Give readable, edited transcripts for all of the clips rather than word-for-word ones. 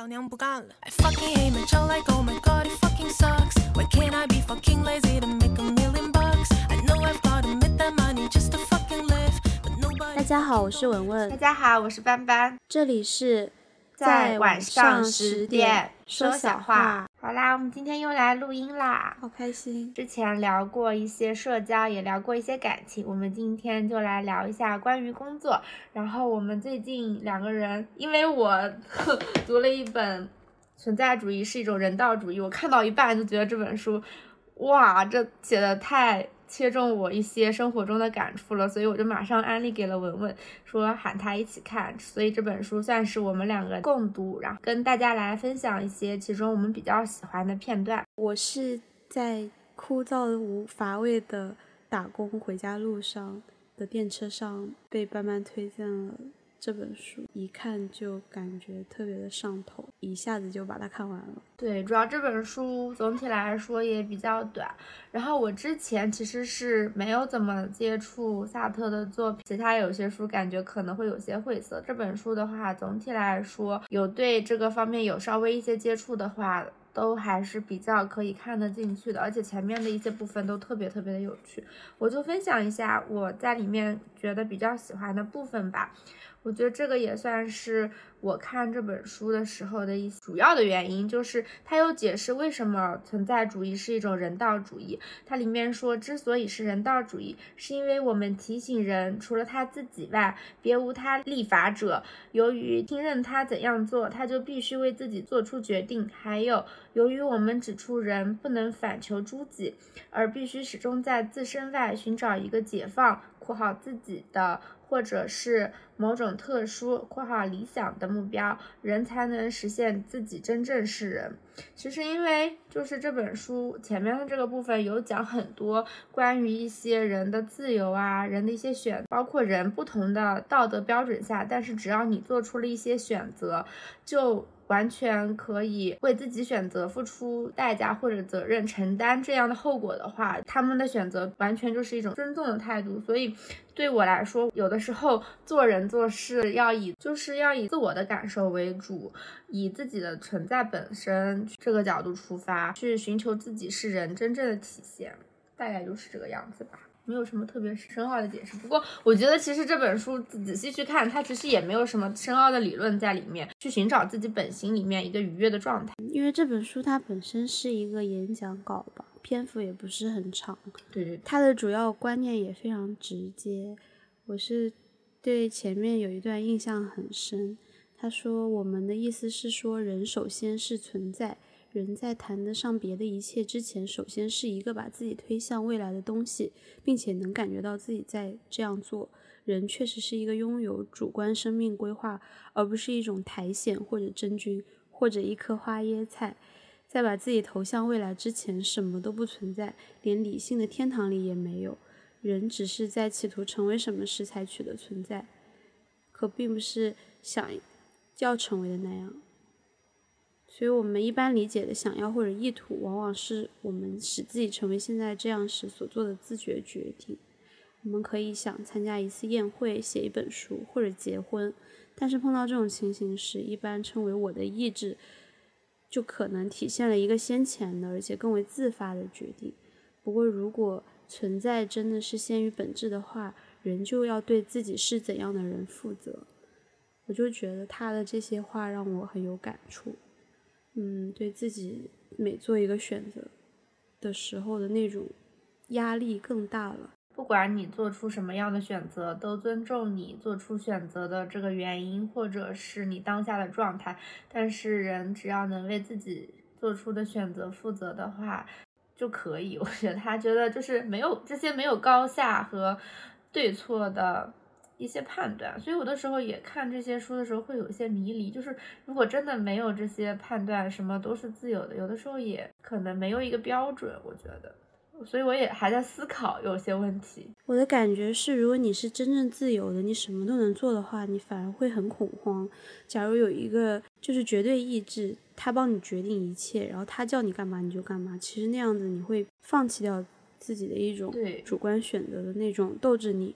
老娘不干了 I fucking hate my job like oh my god it fucking sucks Why can't I be fucking lazy to make $1 million I know I've got to make that money just to fucking live But nobody 大家好，我是文文。 大家好，我是斑斑。 这里是在晚上10点说小话。 好啦，我们今天又来录音啦， 好开心。 之前聊过一些社交，也聊过一些感情，我们今天就来聊一下关于工作。然后我们最近两个人，因为我读了一本存在主义是一种人道主义，我看到一半就觉得这本书哇，这写的太切中我一些生活中的感触了，所以我就马上安利给了文文，说喊他一起看。所以这本书算是我们两个共读，然后跟大家来分享一些其中我们比较喜欢的片段。 我是在枯燥无乏味的打工回家路上的电车上被斑斑推荐了这本书，一看就感觉特别的上头，一下子就把它看完了。 对，主要这本书总体来说也比较短，然后我之前其实是没有怎么接触萨特的作品，其他有些书感觉可能会有些晦涩，这本书的话总体来说有对这个方面有稍微一些接触的话都还是比较可以看得进去的，而且前面的一些部分都特别的有趣。我就分享一下我在里面觉得比较喜欢的部分吧。我觉得这个也算是我看这本书的时候的一主要的原因，就是它有解释为什么存在主义是一种人道主义。它里面说，之所以是人道主义，是因为我们提醒人除了他自己外，别无他立法者。由于听任他怎样做，他就必须为自己做出决定。还有，由于我们指出人不能反求诸己，而必须始终在自身外寻找一个解放（括号自己的）或者是某种特殊（括号理想）的目标，人才能实现自己真正是人。其实因为就是这本书前面的这个部分有讲很多关于一些人的自由啊，人的一些选，包括人不同的道德标准下，但是只要你做出了一些选择，就完全可以为自己选择付出代价或者责任，承担这样的后果的话，他们的选择完全就是一种尊重的态度。所以对我来说，有的时候做人做事要以自我的感受为主，以自己的存在本身这个角度出发，去寻求自己是人真正的体现，大概就是这个样子吧。没有什么特别深奥的解释，不过我觉得其实这本书仔细去看，它其实也没有什么深奥的理论在里面，去寻找自己本心里面一个愉悦的状态。 因为这本书它本身是一个演讲稿吧，篇幅也不是很长， 对， 它的主要观念也非常直接。我是对前面有一段印象很深，他说我们的意思是说，人首先是存在，人在谈得上别的一切之前，首先是一个把自己推向未来的东西，并且能感觉到自己在这样做。人确实是一个拥有主观生命规划，而不是一种苔藓或者真菌或者一颗花椰菜。在把自己投向未来之前，什么都不存在，连理性的天堂里也没有。人只是在企图成为什么时才取得存在，可并不是想要成为的那样。所以我们一般理解的想要或者意图，往往是我们使自己成为现在这样时所做的自觉决定。我们可以想参加一次宴会，写一本书或者结婚，但是碰到这种情形时，一般称为我的意志，就可能体现了一个先前的而且更为自发的决定。不过如果存在真的是先于本质的话，人就要对自己是怎样的人负责。我就觉得他的这些话让我很有感触。对自己每做一个选择的时候的那种压力更大了。 不管你做出什么样的选择，都尊重你做出选择的这个原因，或者是你当下的状态。但是人只要能为自己做出的选择负责的话就可以。我觉得他觉得就是没有高下和对错的一些判断，所以有的时候也看这些书的时候会有一些迷离，就是如果真的没有这些判断，什么都是自由的，有的时候也可能没有一个标准，我觉得。所以我也还在思考有些问题。 我的感觉是，如果你是真正自由的，你什么都能做的话，你反而会很恐慌。假如有一个就是绝对意志，他帮你决定一切，然后他叫你干嘛你就干嘛，其实那样子你会放弃掉自己的一种主观选择的那种斗志，你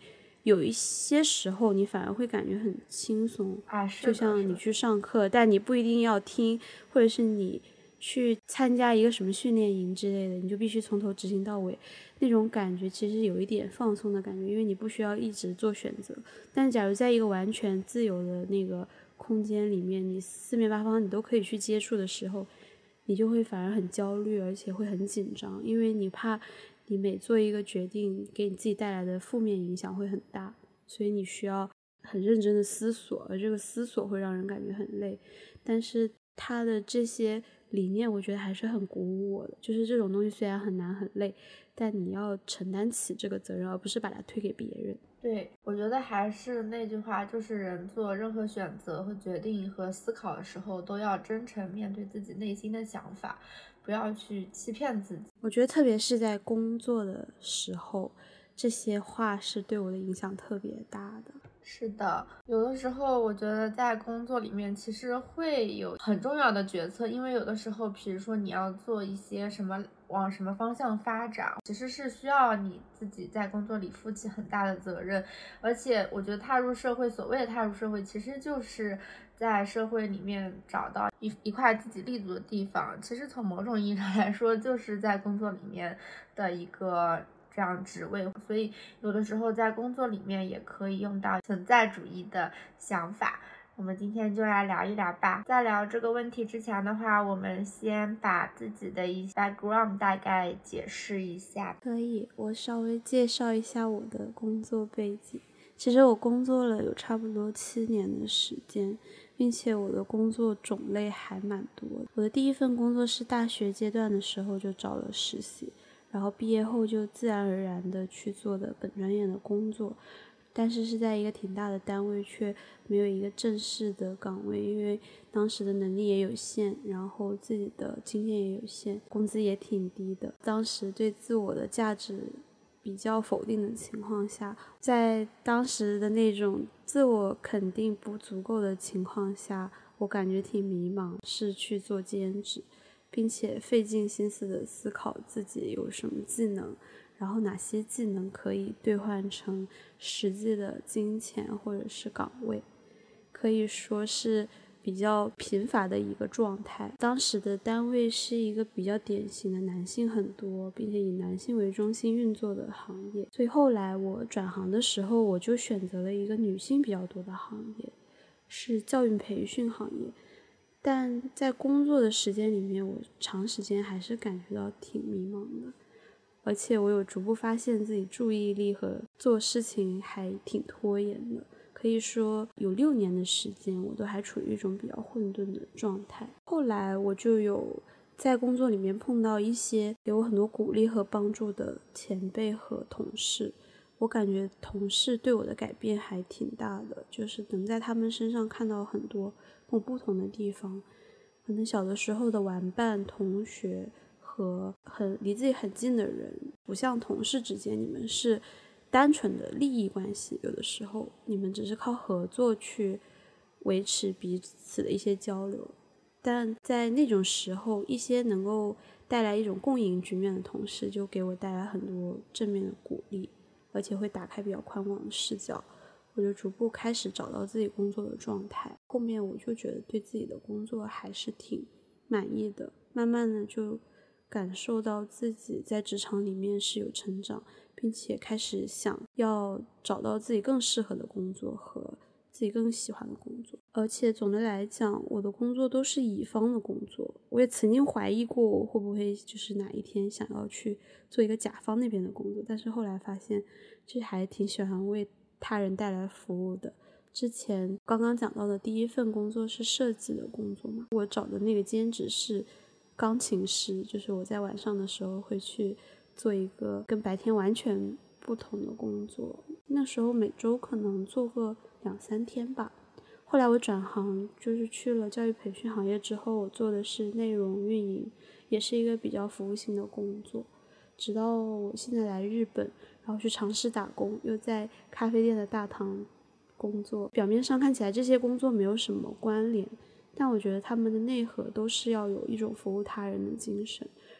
有一些时候你反而会感觉很轻松是的， 就像你去上课，但你不一定要听，或者是你去参加一个什么训练营之类的，你就必须从头执行到尾，那种感觉其实有一点放松的感觉，因为你不需要一直做选择。但假如在一个完全自由的那个空间里面，你四面八方你都可以去接触的时候，你就会反而很焦虑，而且会很紧张，因为你怕你每做一个决定给你自己带来的负面影响会很大，所以你需要很认真的思索，而这个思索会让人感觉很累。但是他的这些理念我觉得还是很鼓舞我的，就是这种东西虽然很难很累，但你要承担起这个责任，而不是把它推给别人。 对，我觉得还是那句话，就是人做任何选择和决定和思考的时候，都要真诚面对自己内心的想法，不要去欺骗自己。 我觉得特别是在工作的时候，这些话是对我的影响特别大的。 是的，有的时候我觉得在工作里面其实会有很重要的决策，因为有的时候比如说你要做一些什么往什么方向发展，其实是需要你自己在工作里负起很大的责任。而且我觉得踏入社会，所谓的踏入社会其实就是在社会里面找到一块自己立足的地方，其实从某种意义上来说就是在工作里面的一个这样职位，所以有的时候在工作里面也可以用到存在主义的想法。我们今天就来聊一聊吧。在聊这个问题之前的话，我们先把自己的一 background 大概解释一下。 可以，我稍微介绍一下我的工作背景。其实我工作了有差不多7年的时间，并且我的工作种类还蛮多的。我的第一份工作是大学阶段的时候就找了实习，然后毕业后就自然而然的去做的本专业的工作，但是是在一个挺大的单位，却没有一个正式的岗位，因为当时的能力也有限，然后自己的经验也有限，工资也挺低的。当时对自我的价值比较否定的情况下，在当时的那种自我肯定不足够的情况下，我感觉挺迷茫，是去做兼职，并且费尽心思的思考自己有什么技能，然后哪些技能可以兑换成实际的金钱或者是岗位，可以说是比较贫乏的一个状态。当时的单位是一个比较典型的男性很多，并且以男性为中心运作的行业，所以后来我转行的时候，我就选择了一个女性比较多的行业，是教育培训行业。但在工作的时间里面，我长时间还是感觉到挺迷茫的，而且我有逐步发现自己注意力和做事情还挺拖延的，可以说有6年的时间我都还处于一种比较混沌的状态。后来我就有在工作里面碰到一些给我很多鼓励和帮助的前辈和同事，我感觉同事对我的改变还挺大的，就是能在他们身上看到很多跟我不同的地方。可能小的时候的玩伴、同学和离自己很近的人，不像同事之间你们是单纯的利益关系，有的时候你们只是靠合作去维持彼此的一些交流，但在那种时候，一些能够带来一种共赢局面的同事就给我带来很多正面的鼓励，而且会打开比较宽广的视角，我就逐步开始找到自己工作的状态。后面我就觉得对自己的工作还是挺满意的，慢慢的就感受到自己在职场里面是有成长，并且开始想要找到自己更适合的工作和自己更喜欢的工作。而且总的来讲，我的工作都是乙方的工作，我也曾经怀疑过我会不会就是哪一天想要去做一个甲方那边的工作，但是后来发现就还挺喜欢为他人带来服务的。之前刚刚讲到的第一份工作是设计的工作嘛，我找的那个兼职是钢琴师，就是我在晚上的时候会去做一个跟白天完全不同的工作，那时候每周可能做个2-3天吧。后来我转行就是去了教育培训行业之后，我做的是内容运营，也是一个比较服务性的工作。直到我现在来日本，然后去尝试打工，又在咖啡店的大堂工作，表面上看起来这些工作没有什么关联，但我觉得他们的内核都是要有一种服务他人的精神，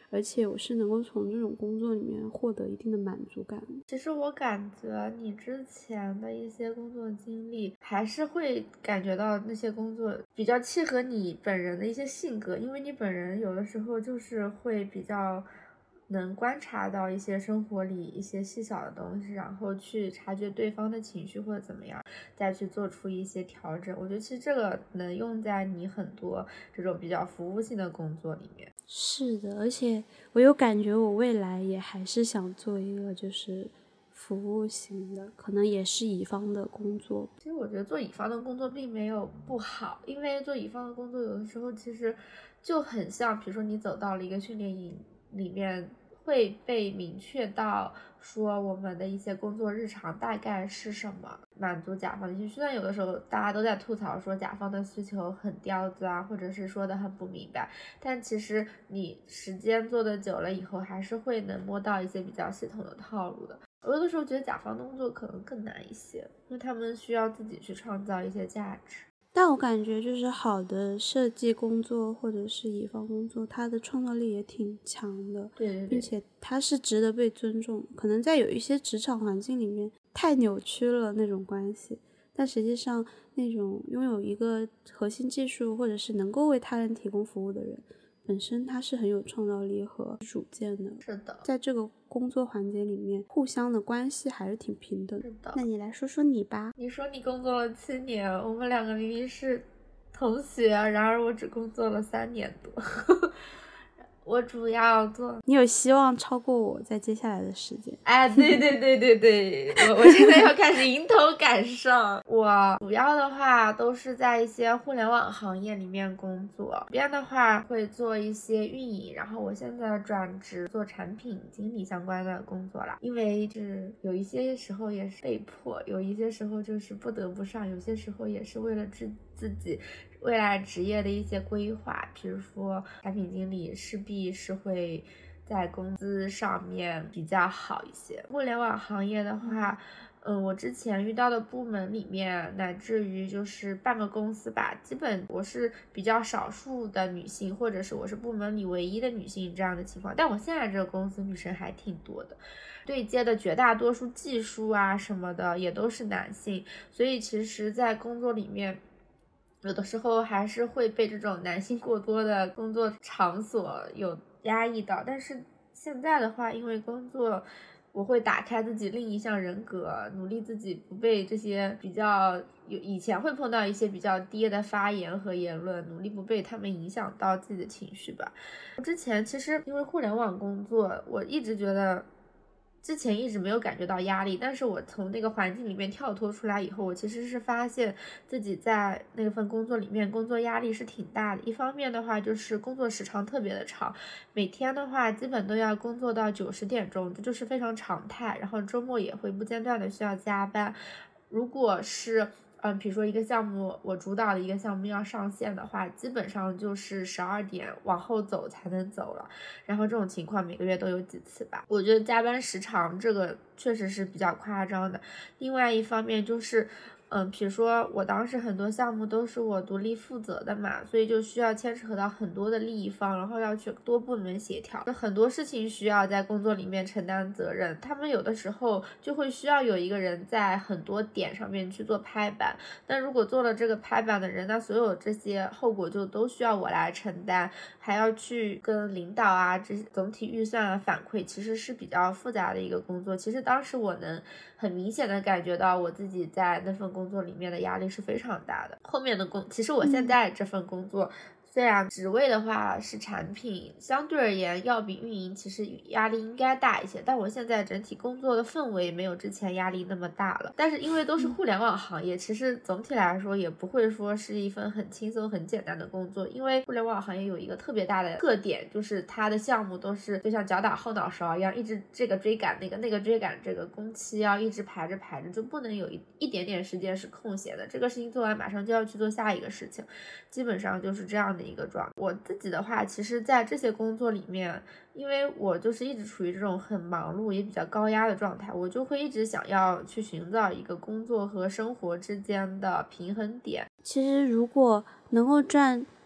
而且我是能够从这种工作里面获得一定的满足感的。 其实我感觉你之前的一些工作经历还是会感觉到那些工作比较契合你本人的一些性格，因为你本人有的时候就是会比较能观察到一些生活里一些细小的东西，然后去察觉对方的情绪或者怎么样，再去做出一些调整。我觉得其实这个能用在你很多这种比较服务性的工作里面。 是的，而且我有感觉我未来也还是想做一个就是服务型的，可能也是乙方的工作。 其实我觉得做乙方的工作并没有不好，因为做乙方的工作有的时候其实就很像，比如说你走到了一个训练营里面，会被明确到说我们的一些工作日常大概是什么，满足甲方的需求。虽然有的时候大家都在吐槽说甲方的需求很刁钻啊，或者是说的很不明白，但其实你时间做的久了以后，还是会能摸到一些比较系统的套路的。我有的时候觉得甲方的工作可能更难一些，因为他们需要自己去创造一些价值。 但我感觉就是好的设计工作或者是乙方工作，它的创造力也挺强的， 对， 并且它是值得被尊重。可能在有一些职场环境里面太扭曲了那种关系，但实际上那种拥有一个核心技术或者是能够为他人提供服务的人，本身他是很有创造力和主见的。 是的， 在这个工作环节里面，互相的关系还是挺平等的。 是的。 那你来说说你吧。 你说你工作了7年，我们两个明明是同学，然而我只工作了3年多。我主要做， 你有希望超过我在接下来的时间。 哎，对，我现在要开始迎头赶上。我主要的话都是在一些互联网行业里面工作，这边的话会做一些运营，然后我现在转职做产品经理相关的工作啦。因为是有一些时候也是被迫，有一些时候就是不得不上，有些时候也是为了自己未来职业的一些规划，比如说产品经理势必是会在工资上面比较好一些。互联网行业的话，我之前遇到的部门里面，乃至于就是半个公司吧，基本我是比较少数的女性，或者是我是部门里唯一的女性这样的情况。但我现在这个公司女生还挺多的，对接的绝大多数技术啊什么的也都是男性，所以其实在工作里面有的时候还是会被这种男性过多的工作场所有压抑到。但是现在的话，因为工作我会打开自己另一项人格，努力自己不被这些比较以前会碰到一些比较低的发言和言论，努力不被他们影响到自己的情绪吧。我之前其实因为互联网工作，我一直觉得之前一直没有感觉到压力，但是我从那个环境里面跳脱出来以后，我其实是发现自己在那份工作里面工作压力是挺大的。一方面的话就是工作时长特别的长，每天的话基本都要工作到9、10点钟，这就是非常常态，然后周末也会不间断的需要加班。如果是比如说一个项目，我主导的一个项目要上线的话，基本上就是12点往后走才能走了，然后这种情况每个月都有几次吧。我觉得加班时长这个确实是比较夸张的。另外一方面就是比如说我当时很多项目都是我独立负责的嘛，所以就需要牵扯到很多的利益方，然后要去多部门协调，很多事情需要在工作里面承担责任。他们有的时候就会需要有一个人在很多点上面去做拍板，但如果做了这个拍板的人，那所有这些后果就都需要我来承担，还要去跟领导啊这些总体预算啊反馈，其实是比较复杂的一个工作。其实当时我能很明显的感觉到我自己在那份工作里面的压力是非常大的。后面的其实我现在这份工作虽然职位的话是产品，相对而言要比运营其实压力应该大一些，但我现在整体工作的氛围没有之前压力那么大了。但是因为都是互联网行业，其实总体来说也不会说是一份很轻松很简单的工作。因为互联网行业有一个特别大的特点，就是它的项目都是就像脚打后脑勺一样，一直这个追赶那个追赶这个，工期要一直排着，就不能有一点点时间是空闲的，这个事情做完马上就要去做下一个事情，基本上就是这样的一个状态。我自己的话，其实在这些工作里面，因为我就是一直处于这种很忙碌也比较高压的状态，我就会一直想要去寻找一个工作和生活之间的平衡点。 其实如果能够赚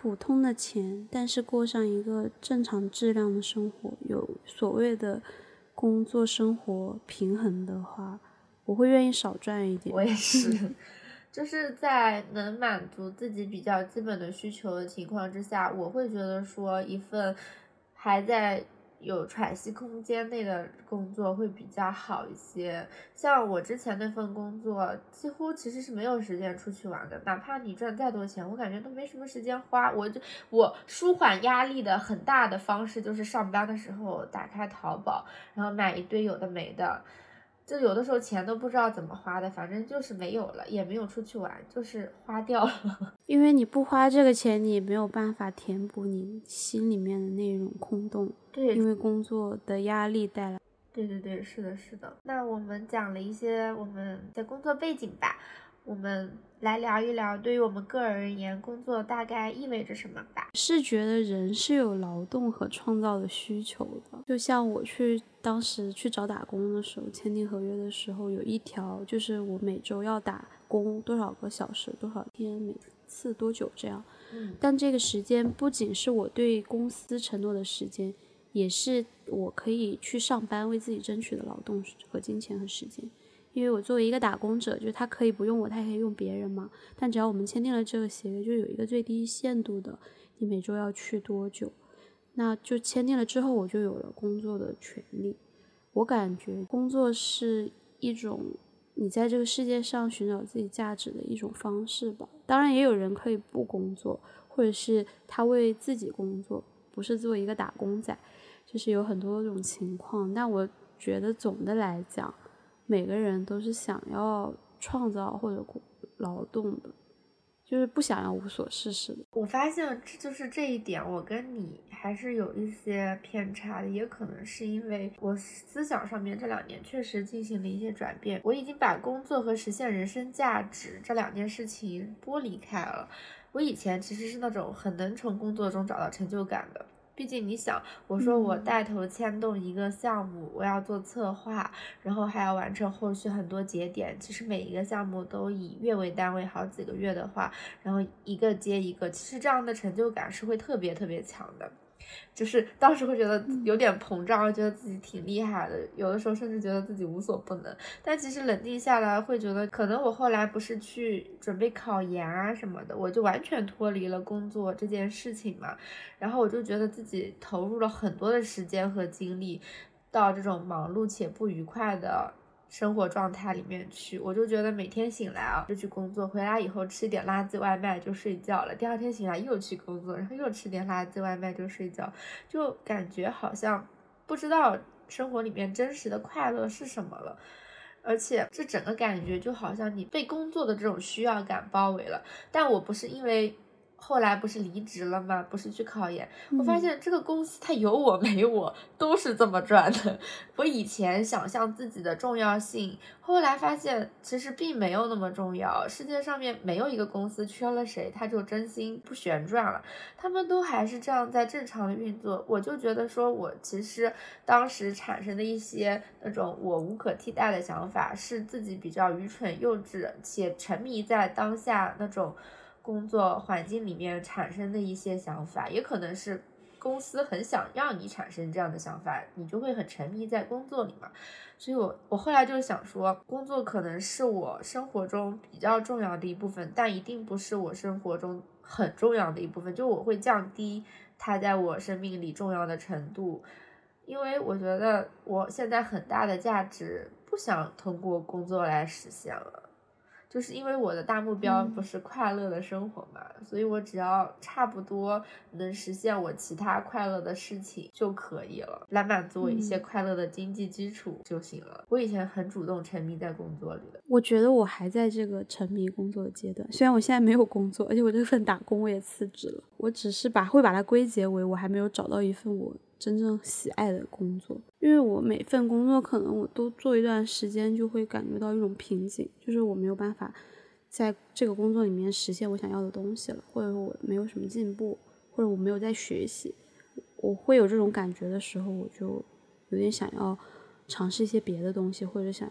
普通的钱，但是过上一个正常质量的生活，有所谓的工作生活平衡的话，我会愿意少赚一点。 我也是就是在能满足自己比较基本的需求的情况之下，我会觉得说一份还在有喘息空间内的工作会比较好一些。像我之前那份工作几乎其实是没有时间出去玩的，哪怕你赚再多钱，我感觉都没什么时间花。我舒缓压力的很大的方式就是上班的时候打开淘宝，然后买一堆有的没的，就有的时候钱都不知道怎么花的，反正就是没有了，也没有出去玩，就是花掉了。 因为你不花这个钱，你也没有办法填补你心里面的那种空洞。 对， 因为工作的压力带来。 对对对，是的，是的。那我们讲了一些我们的工作背景吧，我们来聊一聊对于我们个人而言，工作大概意味着什么吧。 是觉得人是有劳动和创造的需求的，就像我当时去找打工的时候，签订合约的时候有一条，就是我每周要打工多少个小时，多少天，每次多久这样。但这个时间不仅是我对公司承诺的时间，也是我可以去上班为自己争取的劳动和金钱和时间。因为我作为一个打工者，就是他可以不用我，他也可以用别人嘛。但只要我们签订了这个协约，就有一个最低限度的，你每周要去多久，那就签订了之后，我就有了工作的权利。我感觉工作是一种你在这个世界上寻找自己价值的一种方式吧。当然也有人可以不工作，或者是他为自己工作，不是做一个打工仔，就是有很多种情况。但我觉得总的来讲，每个人都是想要创造或者劳动的，就是不想要无所事事的。 我发现这一点，我跟你还是有一些偏差的，也可能是因为我思想上面这2年确实进行了一些转变，我已经把工作和实现人生价值这2件事情剥离开了。我以前其实是那种很能从工作中找到成就感的。毕竟你想，我说我带头牵动一个项目，我要做策划，然后还要完成后续很多节点，其实每一个项目都以月为单位，好几个月的话，然后一个接一个，其实这样的成就感是会特别特别强的。就是当时会觉得有点膨胀，觉得自己挺厉害的，有的时候甚至觉得自己无所不能。但其实冷静下来会觉得，可能我后来不是去准备考研啊什么的，我就完全脱离了工作这件事情嘛。然后我就觉得自己投入了很多的时间和精力到这种忙碌且不愉快的生活状态里面去，我就觉得每天醒来啊就去工作，回来以后吃一点垃圾外卖就睡觉了，第2天醒来又去工作，然后又吃点垃圾外卖就睡觉，就感觉好像不知道生活里面真实的快乐是什么了。而且这整个感觉就好像你被工作的这种需要感包围了。但我不是因为后来不是离职了吗？不是去考研，我发现这个公司它有我没我都是这么赚的。我以前想象自己的重要性，后来发现其实并没有那么重要。世界上面没有一个公司缺了谁它就真心不旋转了，他们都还是这样在正常的运作。我就觉得说我其实当时产生的一些那种我无可替代的想法，是自己比较愚蠢幼稚且沉迷在当下那种工作环境里面产生的一些想法，也可能是公司很想让你产生这样的想法，你就会很沉迷在工作里嘛。所以我后来就想说，工作可能是我生活中比较重要的一部分，但一定不是我生活中很重要的一部分，就我会降低它在我生命里重要的程度。因为我觉得我现在很大的价值不想通过工作来实现了，就是因为我的大目标不是快乐的生活嘛，所以我只要差不多能实现我其他快乐的事情就可以了，来满足我一些快乐的经济基础就行了。我以前很主动沉迷在工作里的。 我觉得我还在这个沉迷工作的阶段，虽然我现在没有工作，而且我这份打工我也辞职了，我只是会把它归结为我还没有找到一份我真正喜爱的工作。因为我每份工作可能我都做一段时间就会感觉到一种瓶颈，就是我没有办法在这个工作里面实现我想要的东西了，或者我没有什么进步，或者我没有在学习，我会有这种感觉的时候，我就有点想要尝试一些别的东西，或者想要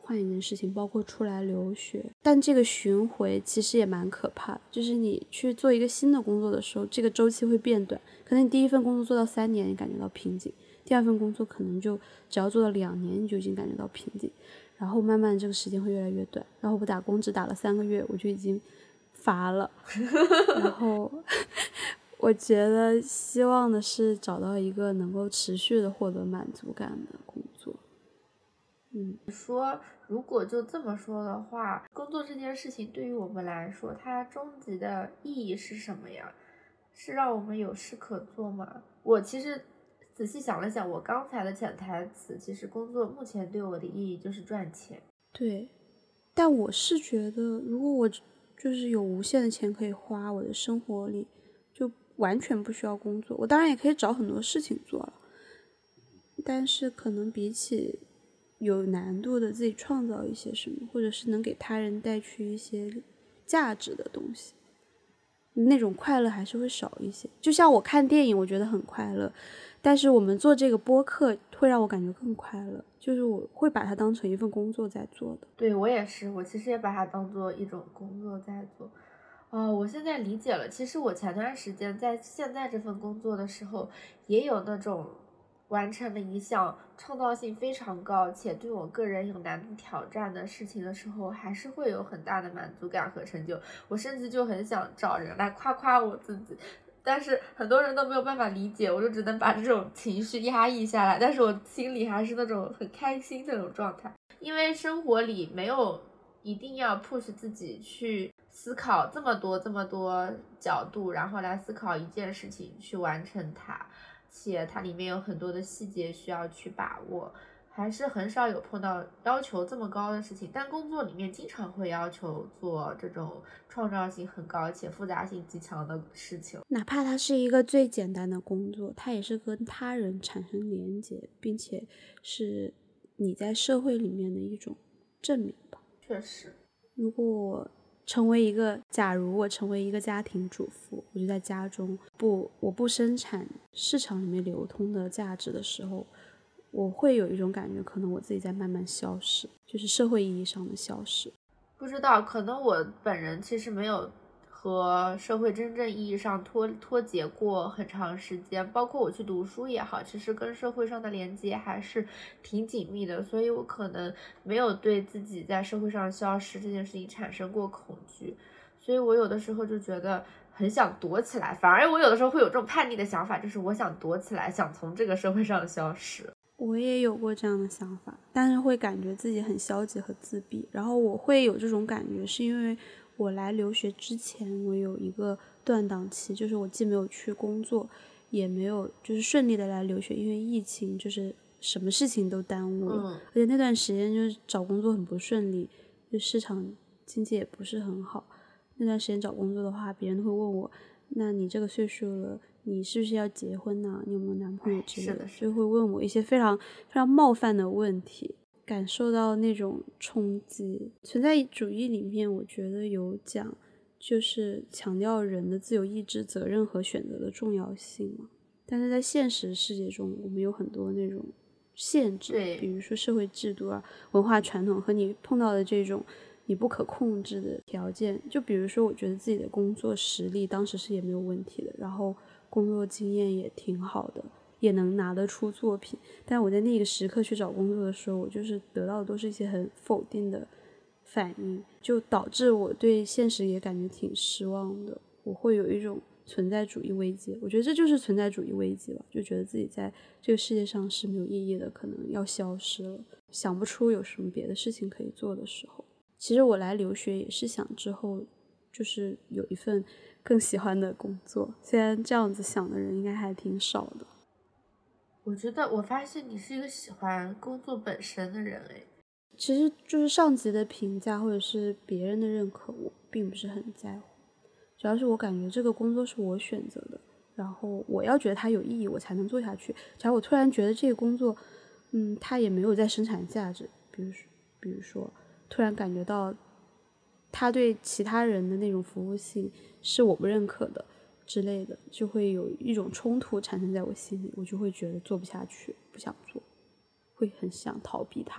换一件事情，包括出来留学。但这个巡回其实也蛮可怕的，就是你去做一个新的工作的时候，这个周期会变短，可能你第一份工作做到3年你感觉到瓶颈，第二份工作可能就只要做到2年你就已经感觉到瓶颈，然后慢慢这个时间会越来越短，然后我打工只打了3个月我就已经乏了然后我觉得希望的是找到一个能够持续的获得满足感的工作。 说如果就这么说的话，工作这件事情对于我们来说，它终极的意义是什么呀？是让我们有事可做吗？我其实仔细想了想，我刚才的潜台词，其实工作目前对我的意义就是赚钱。 对，但我是觉得如果我就是有无限的钱可以花，我的生活里就完全不需要工作，我当然也可以找很多事情做了，但是可能比起有难度的自己创造一些什么，或者是能给他人带去一些价值的东西，那种快乐还是会少一些。就像我看电影我觉得很快乐，但是我们做这个播客会让我感觉更快乐，就是我会把它当成一份工作在做的。 对，我也是，我其实也把它当做一种工作在做。我现在理解了，其实我前段时间在现在这份工作的时候，也有那种完成了一项创造性非常高且对我个人有难度挑战的事情的时候，还是会有很大的满足感和成就。我甚至就很想找人来夸夸我自己，但是很多人都没有办法理解，我就只能把这种情绪压抑下来，但是我心里还是那种很开心的那种状态。因为生活里没有一定要 push 自己去思考这么多角度，然后来思考一件事情去完成它，且它里面有很多的细节需要去把握，还是很少有碰到要求这么高的事情。但工作里面经常会要求做这种创造性很高且复杂性极强的事情， 哪怕它是一个最简单的工作，它也是跟他人产生连结，并且是你在社会里面的一种证明吧。 确实， 如果我假如我成为一个家庭主妇，我就在家中我不生产市场里面流通的价值的时候，我会有一种感觉，可能我自己在慢慢消失，就是社会意义上的消失。 不知道，可能我本人其实没有和社会真正意义上脱节过很长时间，包括我去读书也好，其实跟社会上的连接还是挺紧密的，所以我可能没有对自己在社会上消失这件事情产生过恐惧，所以我有的时候就觉得很想躲起来，反而我有的时候会有这种叛逆的想法，就是我想躲起来，想从这个社会上消失。 我也有过这样的想法，但是会感觉自己很消极和自闭。然后我会有这种感觉是因为我来留学之前我有一个断档期，就是我既没有去工作也没有就是顺利的来留学，因为疫情就是什么事情都耽误了，而且那段时间就是找工作很不顺利，就市场经济也不是很好。那段时间找工作的话，别人都会问我，那你这个岁数了，你是不是要结婚呢？你有没有男朋友之类的？就会问我一些非常非常冒犯的问题，感受到那种冲击。存在主义里面我觉得有讲，就是强调人的自由意志、责任和选择的重要性嘛。但是在现实世界中，我们有很多那种限制，比如说社会制度啊、文化传统和你碰到的这种你不可控制的条件。就比如说我觉得自己的工作实力当时是也没有问题的，然后工作经验也挺好的，也能拿得出作品，但我在那个时刻去找工作的时候，我就是得到的都是一些很否定的反应，就导致我对现实也感觉挺失望的。我会有一种存在主义危机，我觉得这就是存在主义危机吧，就觉得自己在这个世界上是没有意义的，可能要消失了，想不出有什么别的事情可以做的时候。其实我来留学也是想之后就是有一份更喜欢的工作，虽然这样子想的人应该还挺少的。 我发现你是一个喜欢工作本身的人诶。 其实就是上级的评价或者是别人的认可我并不是很在乎，主要是我感觉这个工作是我选择的，然后我要觉得它有意义我才能做下去。假如我突然觉得这个工作它也没有在生产价值，比如说突然感觉到他对其他人的那种服务性是我不认可的之类的，就会有一种冲突产生在我心里，我就会觉得做不下去，不想做，会很想逃避它。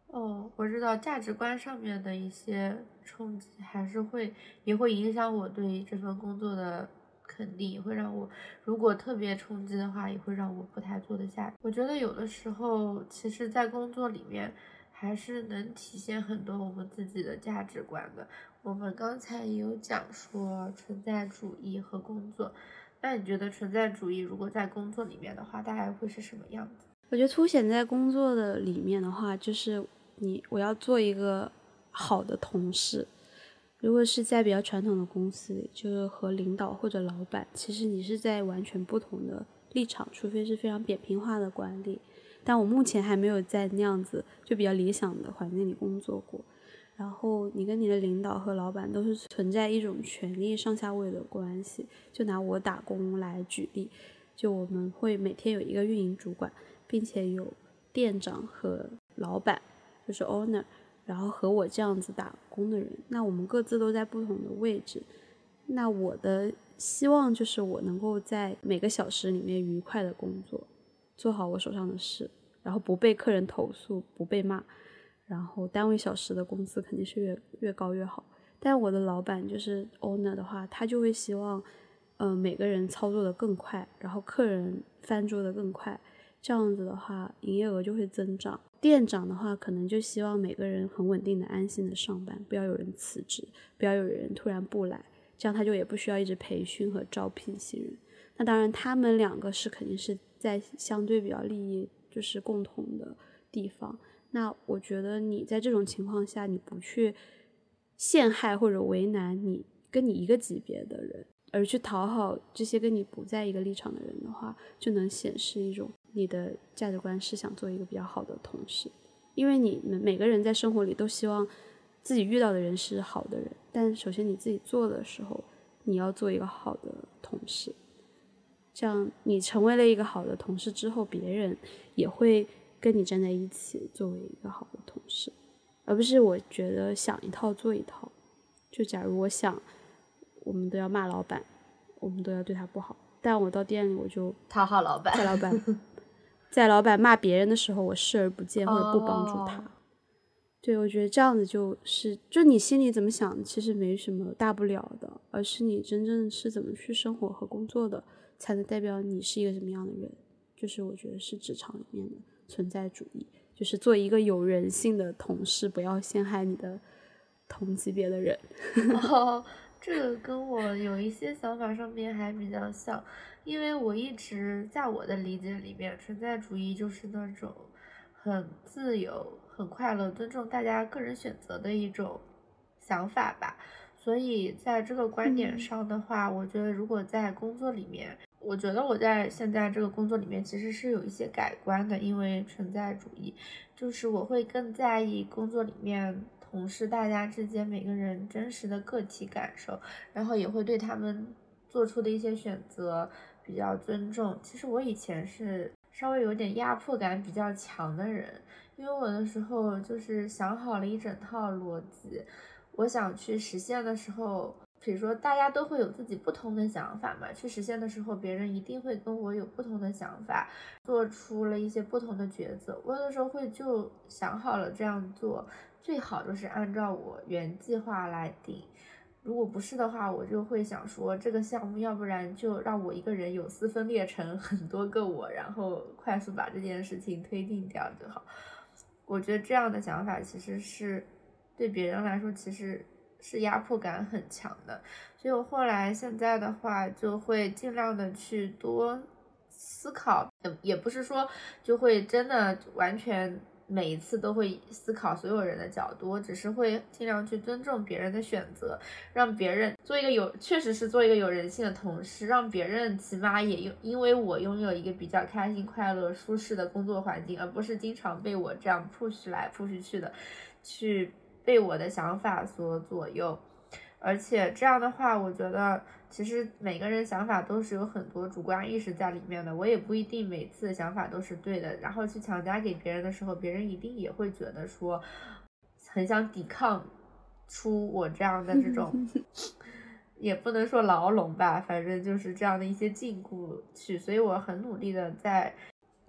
我知道价值观上面的一些冲击还是也会影响我对这份工作的肯定，也会让我如果特别冲击的话，也会让我不太做得下。我觉得有的时候其实在工作里面还是能体现很多我们自己的价值观的。我们刚才也有讲说存在主义和工作，那你觉得存在主义如果在工作里面的话，大概会是什么样子？ 我觉得凸显在工作的里面的话，就是我要做一个好的同事。如果是在比较传统的公司里，就是和领导或者老板，其实你是在完全不同的立场，除非是非常扁平化的管理。但我目前还没有在那样子就比较理想的环境里工作过。然后你跟你的领导和老板都是存在一种权力上下位的关系。就拿我打工来举例，就我们会每天有一个运营主管，并且有店长和老板，就是 owner， 然后和我这样子打工的人，那我们各自都在不同的位置。那我的希望就是我能够在每个小时里面愉快的工作，做好我手上的事，然后不被客人投诉，不被骂，然后单位小时的工资肯定是越高越好。但我的老板就是 owner 的话，他就会希望每个人操作的更快，然后客人翻桌的更快，这样子的话营业额就会增长。店长的话可能就希望每个人很稳定的安心的上班，不要有人辞职，不要有人突然不来，这样他就也不需要一直培训和招聘新人。那当然他们两个是肯定是在相对比较利益就是共同的地方。那我觉得你在这种情况下，你不去陷害或者为难跟你一个级别的人，而去讨好这些跟你不在一个立场的人的话，就能显示一种你的价值观是想做一个比较好的同事。因为你们每个人在生活里都希望自己遇到的人是好的人，但首先你自己做的时候，你要做一个好的同事。这样你成为了一个好的同事之后，别人也会跟你站在一起作为一个好的同事，而不是我觉得想一套做一套。就假如我想我们都要骂老板，我们都要对他不好，但我到店里我就讨好老板， 在老板骂别人的时候，我视而不见或者不帮助他。对，我觉得这样子就你心里怎么想其实没什么大不了的，而是你真正是怎么去生活和工作的，才能代表你是一个什么样的人。就是我觉得是职场里面的存在主义，就是做一个有人性的同事，不要陷害你的同级别的人。 这个跟我有一些想法上面还比较像，因为我一直在我的理解里面，存在主义就是那种很自由、很快乐、尊重大家个人选择的一种想法吧。所以在这个观点上的话，我觉得如果在工作里面，我觉得我在现在这个工作里面其实是有一些改观的，因为存在主义，就是我会更在意工作里面同事大家之间每个人真实的个体感受，然后也会对他们做出的一些选择比较尊重。其实我以前是稍微有点压迫感比较强的人，因为我的时候就是想好了一整套逻辑，我想去实现的时候，比如说大家都会有自己不同的想法嘛，去实现的时候别人一定会跟我有不同的想法，做出了一些不同的抉择。我有的时候会就想好了这样做，最好就是按照我原计划来定，如果不是的话，我就会想说这个项目要不然就让我一个人有丝分裂成很多个我，然后快速把这件事情推进掉就好。我觉得这样的想法其实是对别人来说其实是压迫感很强的，所以我后来现在的话就会尽量的去多思考，也不是说就会真的完全每一次都会思考所有人的角度，我只是会尽量去尊重别人的选择，让别人做一个确实是做一个有人性的同事，让别人起码也因为我拥有一个比较开心快乐舒适的工作环境，而不是经常被我这样 push 来 push 去的去被我的想法所左右。而且这样的话我觉得其实每个人想法都是有很多主观意识在里面的，我也不一定每次的想法都是对的，然后去强加给别人的时候，别人一定也会觉得说很想抵抗出我这样的这种也不能说牢笼吧，反正就是这样的一些禁锢去。所以我很努力的在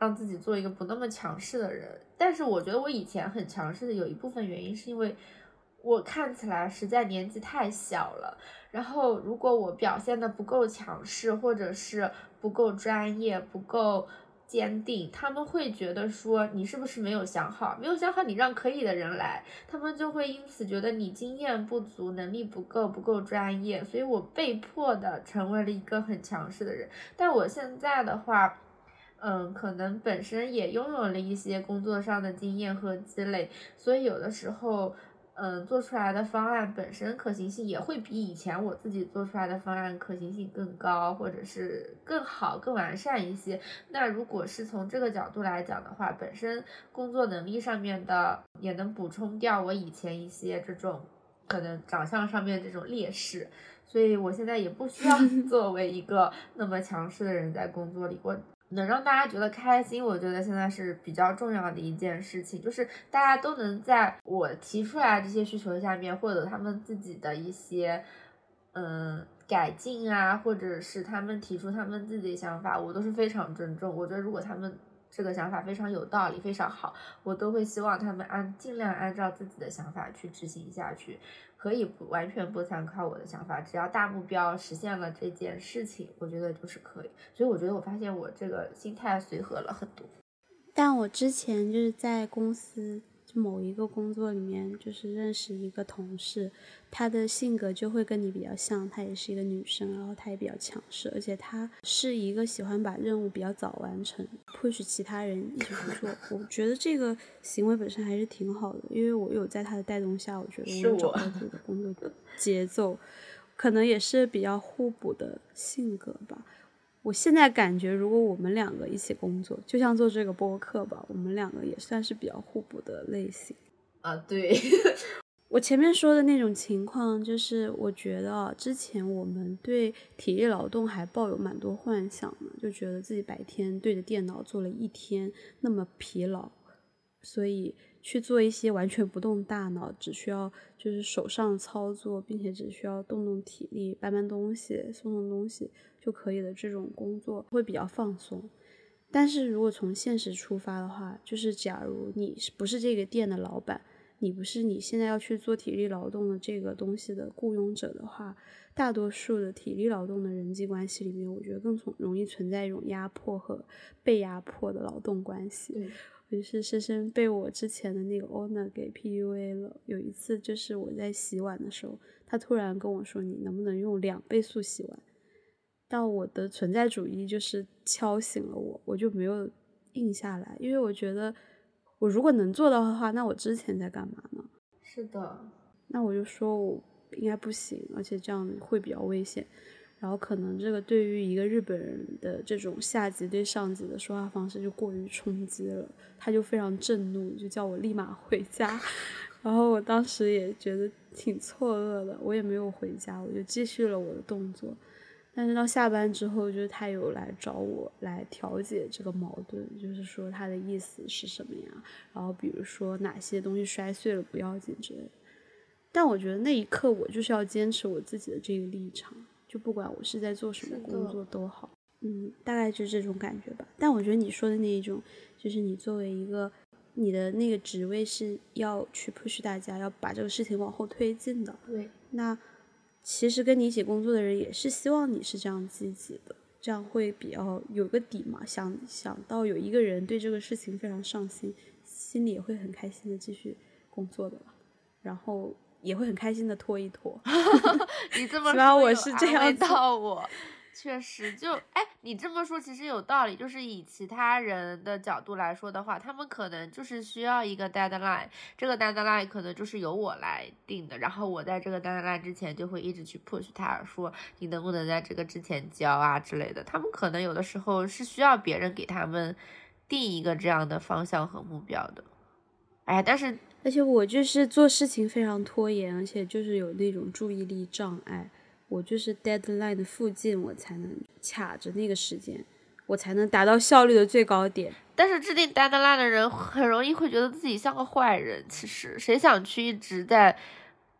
让自己做一个不那么强势的人。但是我觉得我以前很强势的有一部分原因是因为我看起来实在年纪太小了，然后如果我表现的不够强势，或者是不够专业，不够坚定，他们会觉得说你是不是没有想好，没有想好你让可以的人来，他们就会因此觉得你经验不足，能力不够专业，所以我被迫的成为了一个很强势的人。但我现在的话可能本身也拥有了一些工作上的经验和积累，所以有的时候做出来的方案本身可行性也会比以前我自己做出来的方案可行性更高，或者是更好更完善一些。那如果是从这个角度来讲的话，本身工作能力上面的也能补充掉我以前一些这种可能长相上面这种劣势，所以我现在也不需要作为一个那么强势的人在工作里，我能让大家觉得开心，我觉得现在是比较重要的一件事情，就是大家都能在我提出来这些需求下面获得他们自己的一些改进啊，或者是他们提出他们自己的想法，我都是非常尊重。我觉得如果他们这个想法非常有道理，非常好，我都会希望他们尽量按照自己的想法去执行下去，可以完全不参考我的想法，只要大目标实现了这件事情，我觉得就是可以。所以我觉得我发现我这个心态随和了很多。 但我之前就是在公司某一个工作里面，就是认识一个同事，她的性格就会跟你比较像，她也是一个女生，然后她也比较强势，而且她是一个喜欢把任务比较早完成，push 其他人一起去做。我觉得这个行为本身还是挺好的，因为我有在她的带动下，我觉得我有找到自己的工作的节奏，可能也是比较互补的性格吧。我现在感觉如果我们两个一起工作，就像做这个播客吧，我们两个也算是比较互补的类型啊。对我前面说的那种情况，就是我觉得之前我们对体力劳动还抱有蛮多幻想的，就觉得自己白天对着电脑做了一天那么疲劳，所以去做一些完全不动大脑，只需要就是手上操作，并且只需要动动体力，搬东西，送东西就可以的这种工作会比较放松。但是如果从现实出发的话，就是假如你不是这个店的老板，你不是你现在要去做体力劳动的这个东西的雇佣者的话，大多数的体力劳动的人际关系里面，我觉得更容易存在一种压迫和被压迫的劳动关系。我就是深深被我之前的那个 owner 给 PUA 了。有一次就是我在洗碗的时候，他突然跟我说，你能不能用2倍速洗碗？但我的存在主义就是敲醒了我就没有硬下来，因为我觉得我如果能做到的话，那我之前在干嘛呢？ 是的， 那我就说我应该不行，而且这样会比较危险。然后可能这个对于一个日本人的这种下级对上级的说话方式就过于冲击了，他就非常震怒，就叫我立马回家。然后我当时也觉得挺错愕的，我也没有回家，我就继续了我的动作。但是到下班之后，就是他有来找我来调解这个矛盾，就是说他的意思是什么呀，然后比如说哪些东西摔碎了不要紧之类的。但我觉得那一刻我就是要坚持我自己的这个立场，就不管我是在做什么工作都好，大概就是这种感觉吧。但我觉得你说的那一种，就是你作为一个你的那个职位是要去 push 大家，要把这个事情往后推进的。 对， 那其实跟你一起工作的人也是希望你是这样积极的，这样会比较有个底嘛。想到有一个人对这个事情非常上心，心里也会很开心的继续工作的了，然后也会很开心的拖一拖。 你这么说我是这样到我确实就你这么说其实有道理，就是以其他人的角度来说的话，他们可能就是需要一个 deadline， 这个 deadline 可能就是由我来定的，然后我在这个 deadline 之前就会一直去 push 他，说你能不能在这个之前交啊之类的。他们可能有的时候是需要别人给他们定一个这样的方向和目标的。但是而且我就是做事情非常拖延，而且就是有那种注意力障碍，我就是 deadline 的附近我才能卡着那个时间，我才能达到效率的最高点。 但是制定 deadline 的人很容易会觉得自己像个坏人，其实谁想去一直在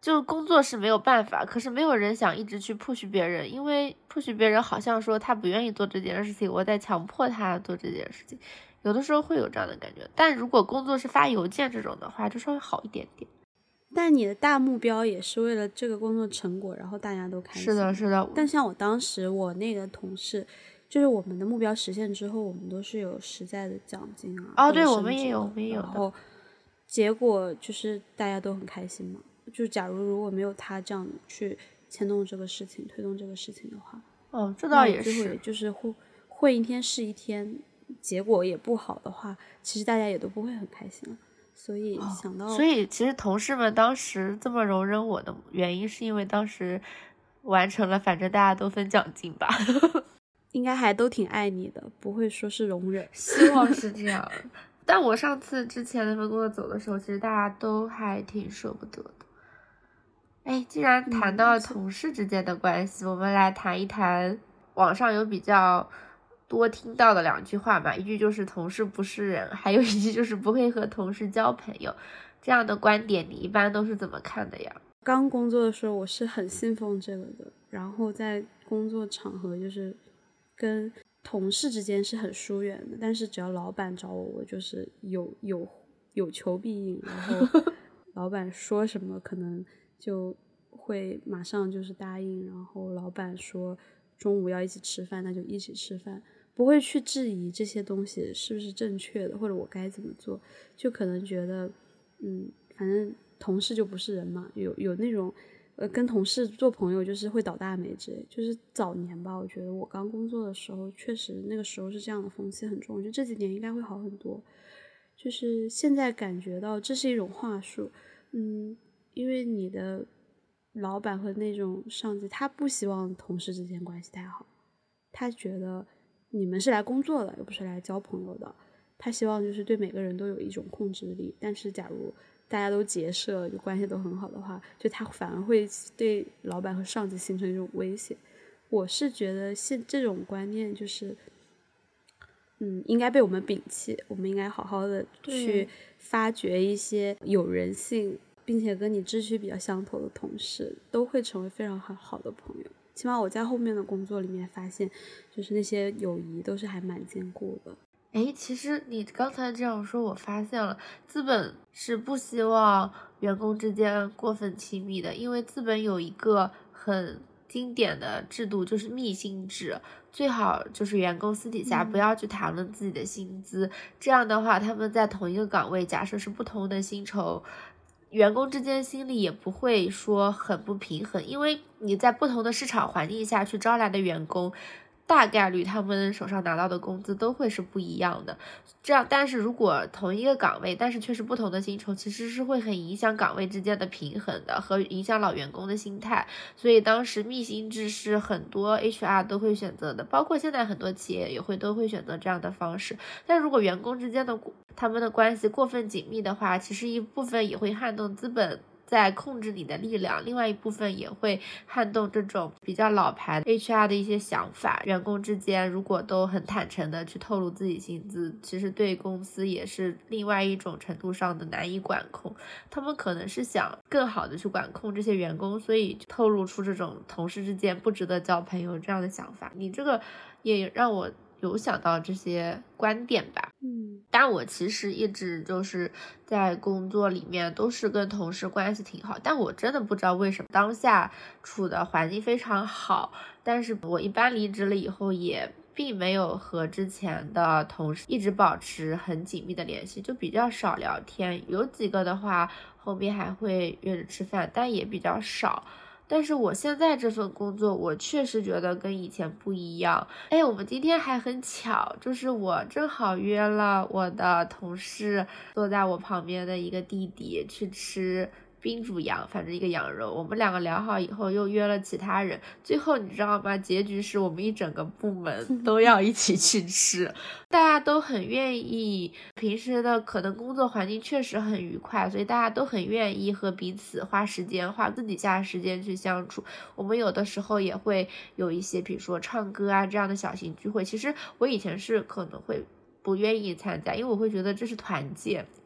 就工作是没有办法，可是没有人想一直去 push 别人，因为 push 别人好像说他不愿意做这件事情，我在强迫他做这件事情，有的时候会有这样的感觉。但如果工作是发邮件这种的话，就稍微好一点点。 但你的大目标也是为了这个工作成果，然后大家都开心。 是的，是的。 但像我当时我那个同事，就是我们的目标实现之后，我们都是有实在的奖金啊。 哦，对，我们也有，我们也有的。 然后结果就是大家都很开心嘛。就假如果没有他这样去牵动这个事情、推动这个事情的话， 这倒也是。最后也就是混一天是一天，结果也不好的话，其实大家也都不会很开心了。所以想到， 所以其实同事们当时这么容忍我的原因，是因为当时完成了，反正大家都分奖金吧。 应该还都挺爱你的，不会说是容忍。 希望是这样。但我上次之前那份工作走的时候，其实大家都还挺舍不得的。哎，既然谈到同事之间的关系，我们来谈一谈网上有比较多听到的2句话嘛，一句就是同事不是人，还有一句就是不会和同事交朋友。这样的观点你一般都是怎么看的呀？ 刚工作的时候我是很信奉这个的，然后在工作场合就是跟同事之间是很疏远的，但是只要老板找我，我就是有求必应，然后老板说什么可能就会马上就是答应，然后老板说中午要一起吃饭，那就一起吃饭，不会去质疑这些东西是不是正确的，或者我该怎么做，就可能觉得反正同事就不是人嘛，有那种跟同事做朋友就是会倒大霉之类。就是早年吧，我觉得我刚工作的时候确实那个时候是这样的风气很重，我觉得这几年应该会好很多。就是现在感觉到这是一种话术，因为你的老板和那种上级他不希望同事之间关系太好，他觉得你们是来工作的又不是来交朋友的，他希望就是对每个人都有一种控制力。但是假如大家都结社就关系都很好的话，就他反而会对老板和上级形成一种威胁。我是觉得这种观念就是应该被我们摒弃，我们应该好好的去发掘一些有人性并且跟你志趣比较相投的同事，都会成为非常好的朋友。起码我在后面的工作里面发现，就是那些友谊都是还蛮坚固的。 其实你刚才这样说，我发现了资本是不希望员工之间过分亲密的，因为资本有一个很经典的制度，就是密薪制，最好就是员工私底下不要去谈论自己的薪资，这样的话他们在同一个岗位，假设是不同的薪酬，员工之间心里也不会说很不平衡，因为你在不同的市场环境下去招来的员工，大概率他们手上拿到的工资都会是不一样的。这样，但是如果同一个岗位，但是却是不同的薪酬，其实是会很影响岗位之间的平衡的，和影响老员工的心态。所以当时密薪制是很多 HR 都会选择的，包括现在很多企业也都会选择这样的方式。但如果员工之间的他们的关系过分紧密的话，其实一部分也会撼动资本在控制你的力量，另外一部分也会撼动这种比较老牌的 HR 的一些想法。员工之间如果都很坦诚的去透露自己薪资，其实对公司也是另外一种程度上的难以管控。他们可能是想更好的去管控这些员工，所以透露出这种同事之间不值得交朋友这样的想法。你这个也让我有想到这些观点吧。但我其实一直就是在工作里面都是跟同事关系挺好，但我真的不知道为什么当下处的环境非常好，但是我一般离职了以后也并没有和之前的同事一直保持很紧密的联系，就比较少聊天，有几个的话后面还会约着吃饭，但也比较少。但是我现在这份工作，我确实觉得跟以前不一样。我们今天还很巧，就是我正好约了我的同事坐在我旁边的一个弟弟去吃冰煮羊，反正一个羊肉，我们两个聊好以后又约了其他人，最后你知道吗，结局是我们一整个部门都要一起去吃。大家都很愿意，平时的可能工作环境确实很愉快，所以大家都很愿意和彼此花时间，花自己下的时间去相处。我们有的时候也会有一些比如说唱歌啊这样的小型聚会，其实我以前是可能会不愿意参加，因为我会觉得这是团建，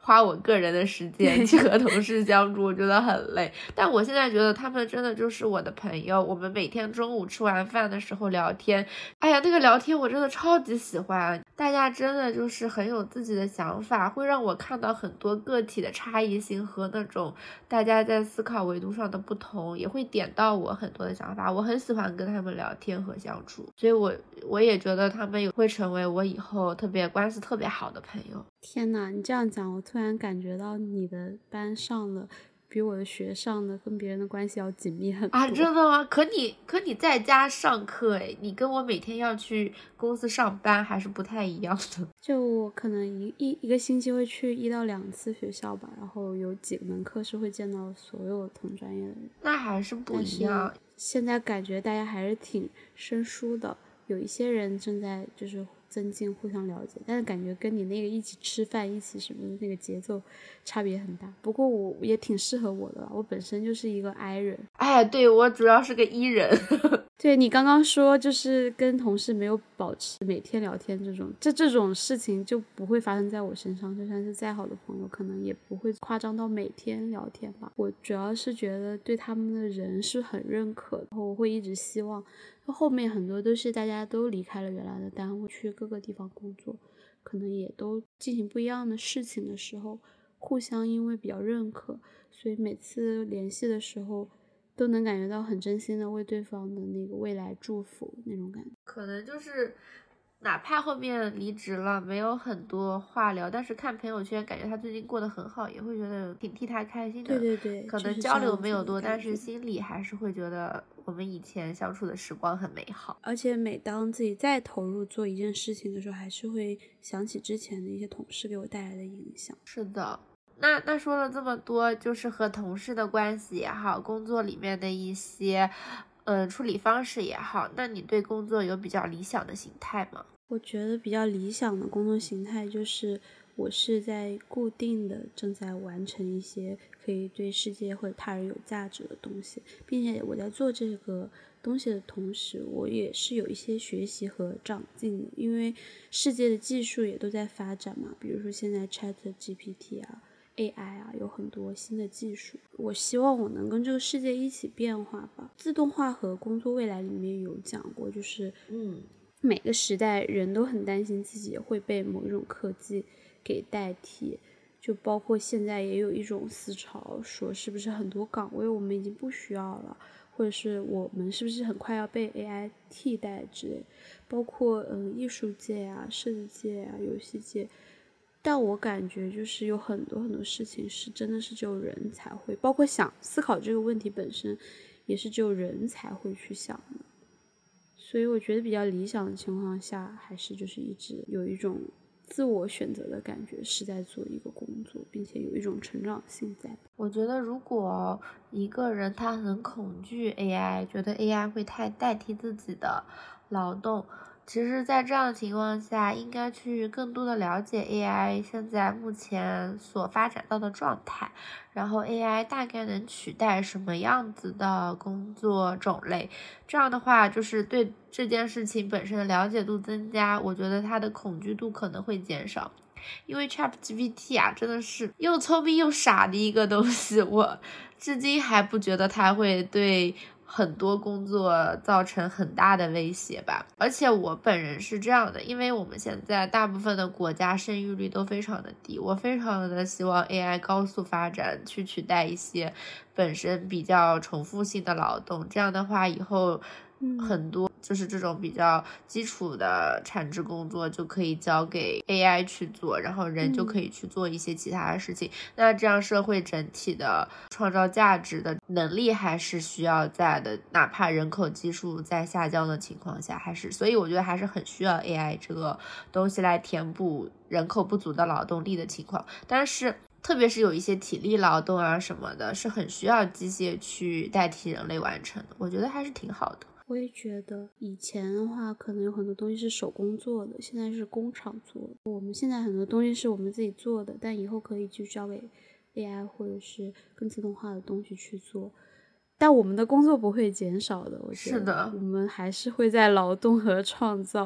花我个人的时间去和同事相处，我觉得很累。但我现在觉得他们真的就是我的朋友，我们每天中午吃完饭的时候聊天，哎呀，那个聊天我真的超级喜欢，大家真的就是很有自己的想法，会让我看到很多个体的差异性和那种大家在思考维度上的不同，也会点到我很多的想法，我很喜欢跟他们聊天和相处，所以我也觉得他们会成为我以后关系特别好的朋友。 天哪，你这样讲，我突然感觉到你的班上的比我的学上的跟别人的关系要紧密很多啊！真的吗？可你在家上课诶，你跟我每天要去公司上班还是不太一样的。 就我可能一个星期会去1到2次学校吧，然后有几门课是会见到所有同专业的人， 那还是不一样。 现在感觉大家还是挺生疏的，有一些人正在就是增进互相了解，但是感觉跟你那个一起吃饭一起什么的那个节奏差别很大。不过我也挺适合我的了，我本身就是一个 I 人。 哎，对，我主要是个 E 人。 对，你刚刚说就是跟同事没有保持每天聊天这种事情就不会发生在我身上，就算是再好的朋友可能也不会夸张到每天聊天吧。我主要是觉得对他们的人是很认可的，然后我会一直希望后面很多都是大家都离开了原来的单位去各个地方工作，可能也都进行不一样的事情的时候，互相因为比较认可，所以每次联系的时候都能感觉到很真心的为对方的那个未来祝福那种感觉。 可能就是哪怕后面离职了没有很多话聊，但是看朋友圈感觉他最近过得很好，也会觉得挺替他开心的。 对对对， 可能交流没有多，但是心里还是会觉得我们以前相处的时光很美好。 而且每当自己再投入做一件事情的时候，还是会想起之前的一些同事给我带来的影响。 是的。那说了这么多，就是和同事的关系也好，工作里面的一些处理方式也好，那你对工作有比较理想的形态吗？ 我觉得比较理想的工作形态就是我是在固定的正在完成一些可以对世界或者他人有价值的东西，并且我在做这个东西的同时，我也是有一些学习和长进的，因为世界的技术也都在发展嘛，比如说现在 ChatGPT 啊AI 啊，有很多新的技术，我希望我能跟这个世界一起变化吧。自动化和工作未来里面有讲过，就是每个时代人都很担心自己会被某一种科技给代替，就包括现在也有一种思潮说是不是很多岗位我们已经不需要了，或者是我们是不是很快要被 AI 替代之类，包括艺术界啊、设计界啊、游戏界。但我感觉就是有很多很多事情是真的是只有人才会，包括想思考这个问题本身也是只有人才会去想的。所以我觉得比较理想的情况下，还是就是一直有一种自我选择的感觉，是在做一个工作，并且有一种成长性在。 我觉得如果一个人他很恐惧 AI， 觉得 AI 会代替自己的劳动，其实在这样的情况下，应该去更多的了解 AI 现在目前所发展到的状态，然后 AI 大概能取代什么样子的工作种类，这样的话就是对这件事情本身的了解度增加，我觉得它的恐惧度可能会减少。因为 ChatGPT 啊，真的是又聪明又傻的一个东西，我至今还不觉得它会对很多工作造成很大的威胁吧。而且我本人是这样的，因为我们现在大部分的国家生育率都非常的低，我非常的希望 AI 高速发展去取代一些本身比较重复性的劳动，这样的话以后很多就是这种比较基础的产值工作就可以交给 AI 去做，然后人就可以去做一些其他的事情，那这样社会整体的创造价值的能力还是需要在的，哪怕人口基数在下降的情况下，所以我觉得还是很需要 AI 这个东西来填补人口不足的劳动力的情况。但是特别是有一些体力劳动啊什么的，是很需要机械去代替人类完成的，我觉得还是挺好的。 我也觉得以前的话可能有很多东西是手工做的，现在是工厂做的。我们现在很多东西是我们自己做的，但以后可以就交给 AI 或者是更自动化的东西去做，但我们的工作不会减少的，我觉得是的， 我们还是会在劳动和创造。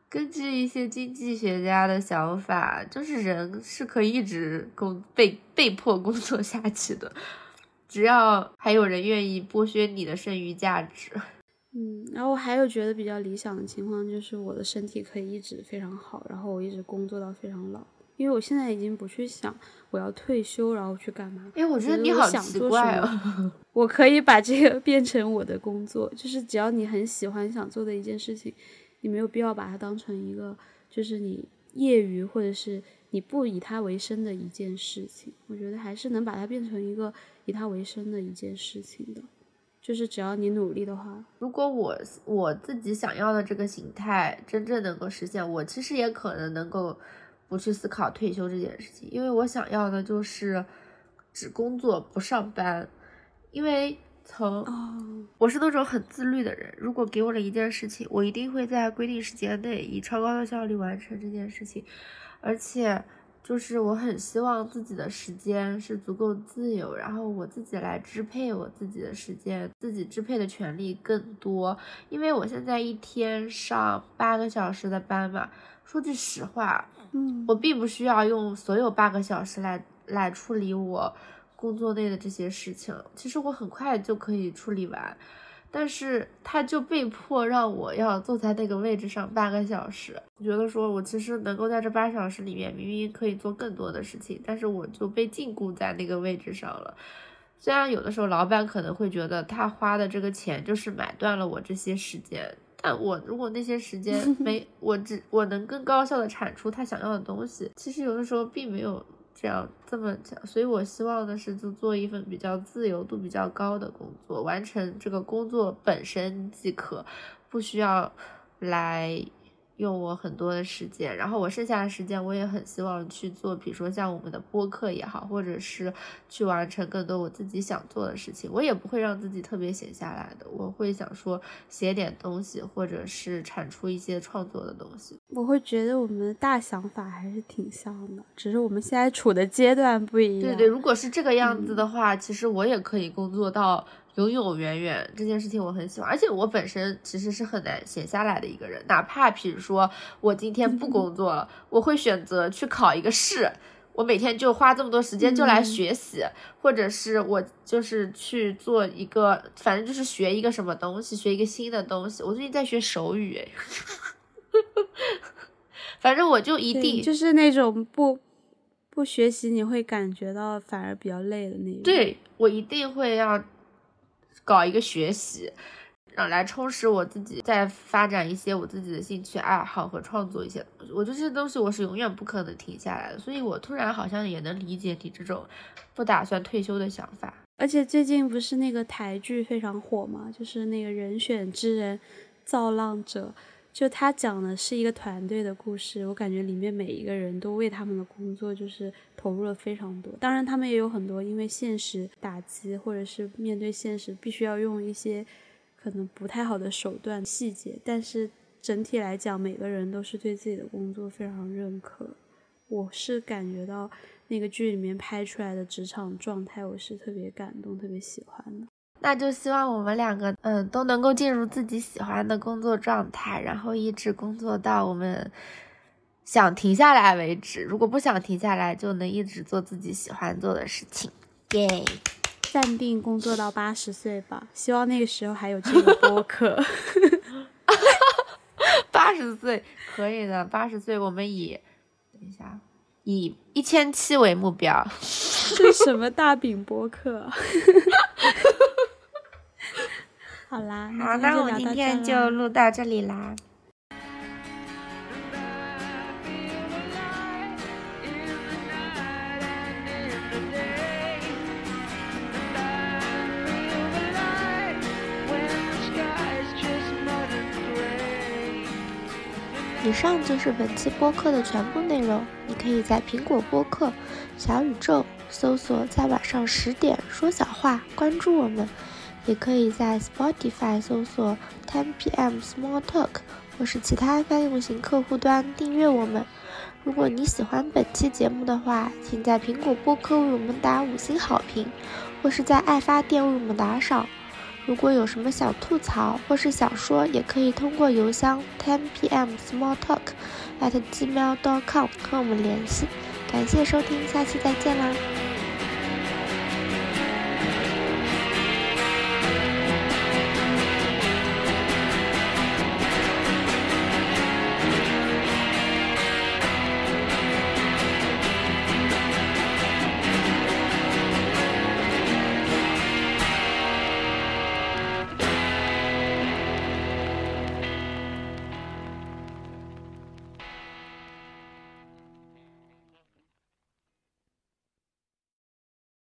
根据一些经济学家的想法，就是人是可以一直被迫工作下去的，只要还有人愿意剥削你的剩余价值。 然后我还有觉得比较理想的情况，就是我的身体可以一直非常好，然后我一直工作到非常老。因为我现在已经不去想我要退休然后去干嘛。 我觉得你好奇怪哦。我可以把这个变成我的工作，就是只要你很喜欢想做的一件事情，你没有必要把它当成一个就是你业余或者是你不以它为生的一件事情。我觉得还是能把它变成一个以它为生的一件事情的，就是只要你努力的话。 如果我自己想要的这个形态真正能够实现，我其实也可能能够不去思考退休这件事情，因为我想要的就是只工作不上班。因为我是那种很自律的人，如果给我了一件事情，我一定会在规定时间内以超高的效率完成这件事情，而且就是我很希望自己的时间是足够自由，然后我自己来支配我自己的时间，自己支配的权利更多。因为我现在一天上8个小时的班嘛，说句实话，我并不需要用所有8个小时来处理我工作内的这些事情，其实我很快就可以处理完，但是他就被迫让我要坐在那个位置上8个小时。我觉得说我其实能够在这8小时里面明明可以做更多的事情，但是我就被禁锢在那个位置上了。虽然有的时候老板可能会觉得他花的这个钱就是买断了我这些时间，但我如果那些时间我能更高效的产出他想要的东西，其实有的时候并没有这么讲。所以我希望的是就做一份比较自由度比较高的工作，完成这个工作本身即可，不需要来用我很多的时间。然后我剩下的时间我也很希望去做，比如说像我们的播客也好，或者是去完成更多我自己想做的事情。我也不会让自己特别闲下来的，我会想说写点东西，或者是产出一些创作的东西。 我会觉得我们的大想法还是挺像的，只是我们现在处的阶段不一样。 对，如果是这个样子的话，其实我也可以工作到永永远远，这件事情我很喜欢。而且我本身其实是很难闲下来的一个人，哪怕比如说我今天不工作了，我会选择去考一个试，我每天就花这么多时间就来学习，或者是我就是去做一个，反正就是学一个什么东西，学一个新的东西。我最近在学手语反正我就一定就是那种不学习你会感觉到反而比较累的那种。 对，我一定会要搞一个学习，来充实我自己，再发展一些我自己的兴趣爱好和创作一些东西。我觉得这些东西我是永远不可能停下来的，所以我突然好像也能理解你这种不打算退休的想法。 而且最近不是那个台剧非常火嘛，就是那个人选之人造浪者，就他讲的是一个团队的故事，我感觉里面每一个人都为他们的工作就是投入了非常多。当然他们也有很多因为现实打击或者是面对现实必须要用一些可能不太好的手段细节，但是整体来讲每个人都是对自己的工作非常认可。我是感觉到那个剧里面拍出来的职场状态我是特别感动特别喜欢的。 那就希望我们两个都能够进入自己喜欢的工作状态，然后一直工作到我们想停下来为止。如果不想停下来，就能一直做自己喜欢做的事情。耶！ 暂定工作到80岁吧，希望那个时候还有这个播客。 80岁可以的，80岁我们以1000期为目标。 这什么大饼播客？好啦， 好，那我今天就录到这里啦。 以上就是本期播客的全部内容。你可以在苹果播客、小宇宙搜索在晚上10点说小话，关注我们。也可以在 Spotify 搜索 10pm small talk 或是其他泛用型客户端订阅我们。如果你喜欢本期节目的话，请在苹果播客为我们打5星好评，或是在爱发电为我们打赏。 如果有什么想吐槽或是想说，也可以通过邮箱 10pmsmalltalk@gmail.com 和我们联系。感谢收听，下期再见啦！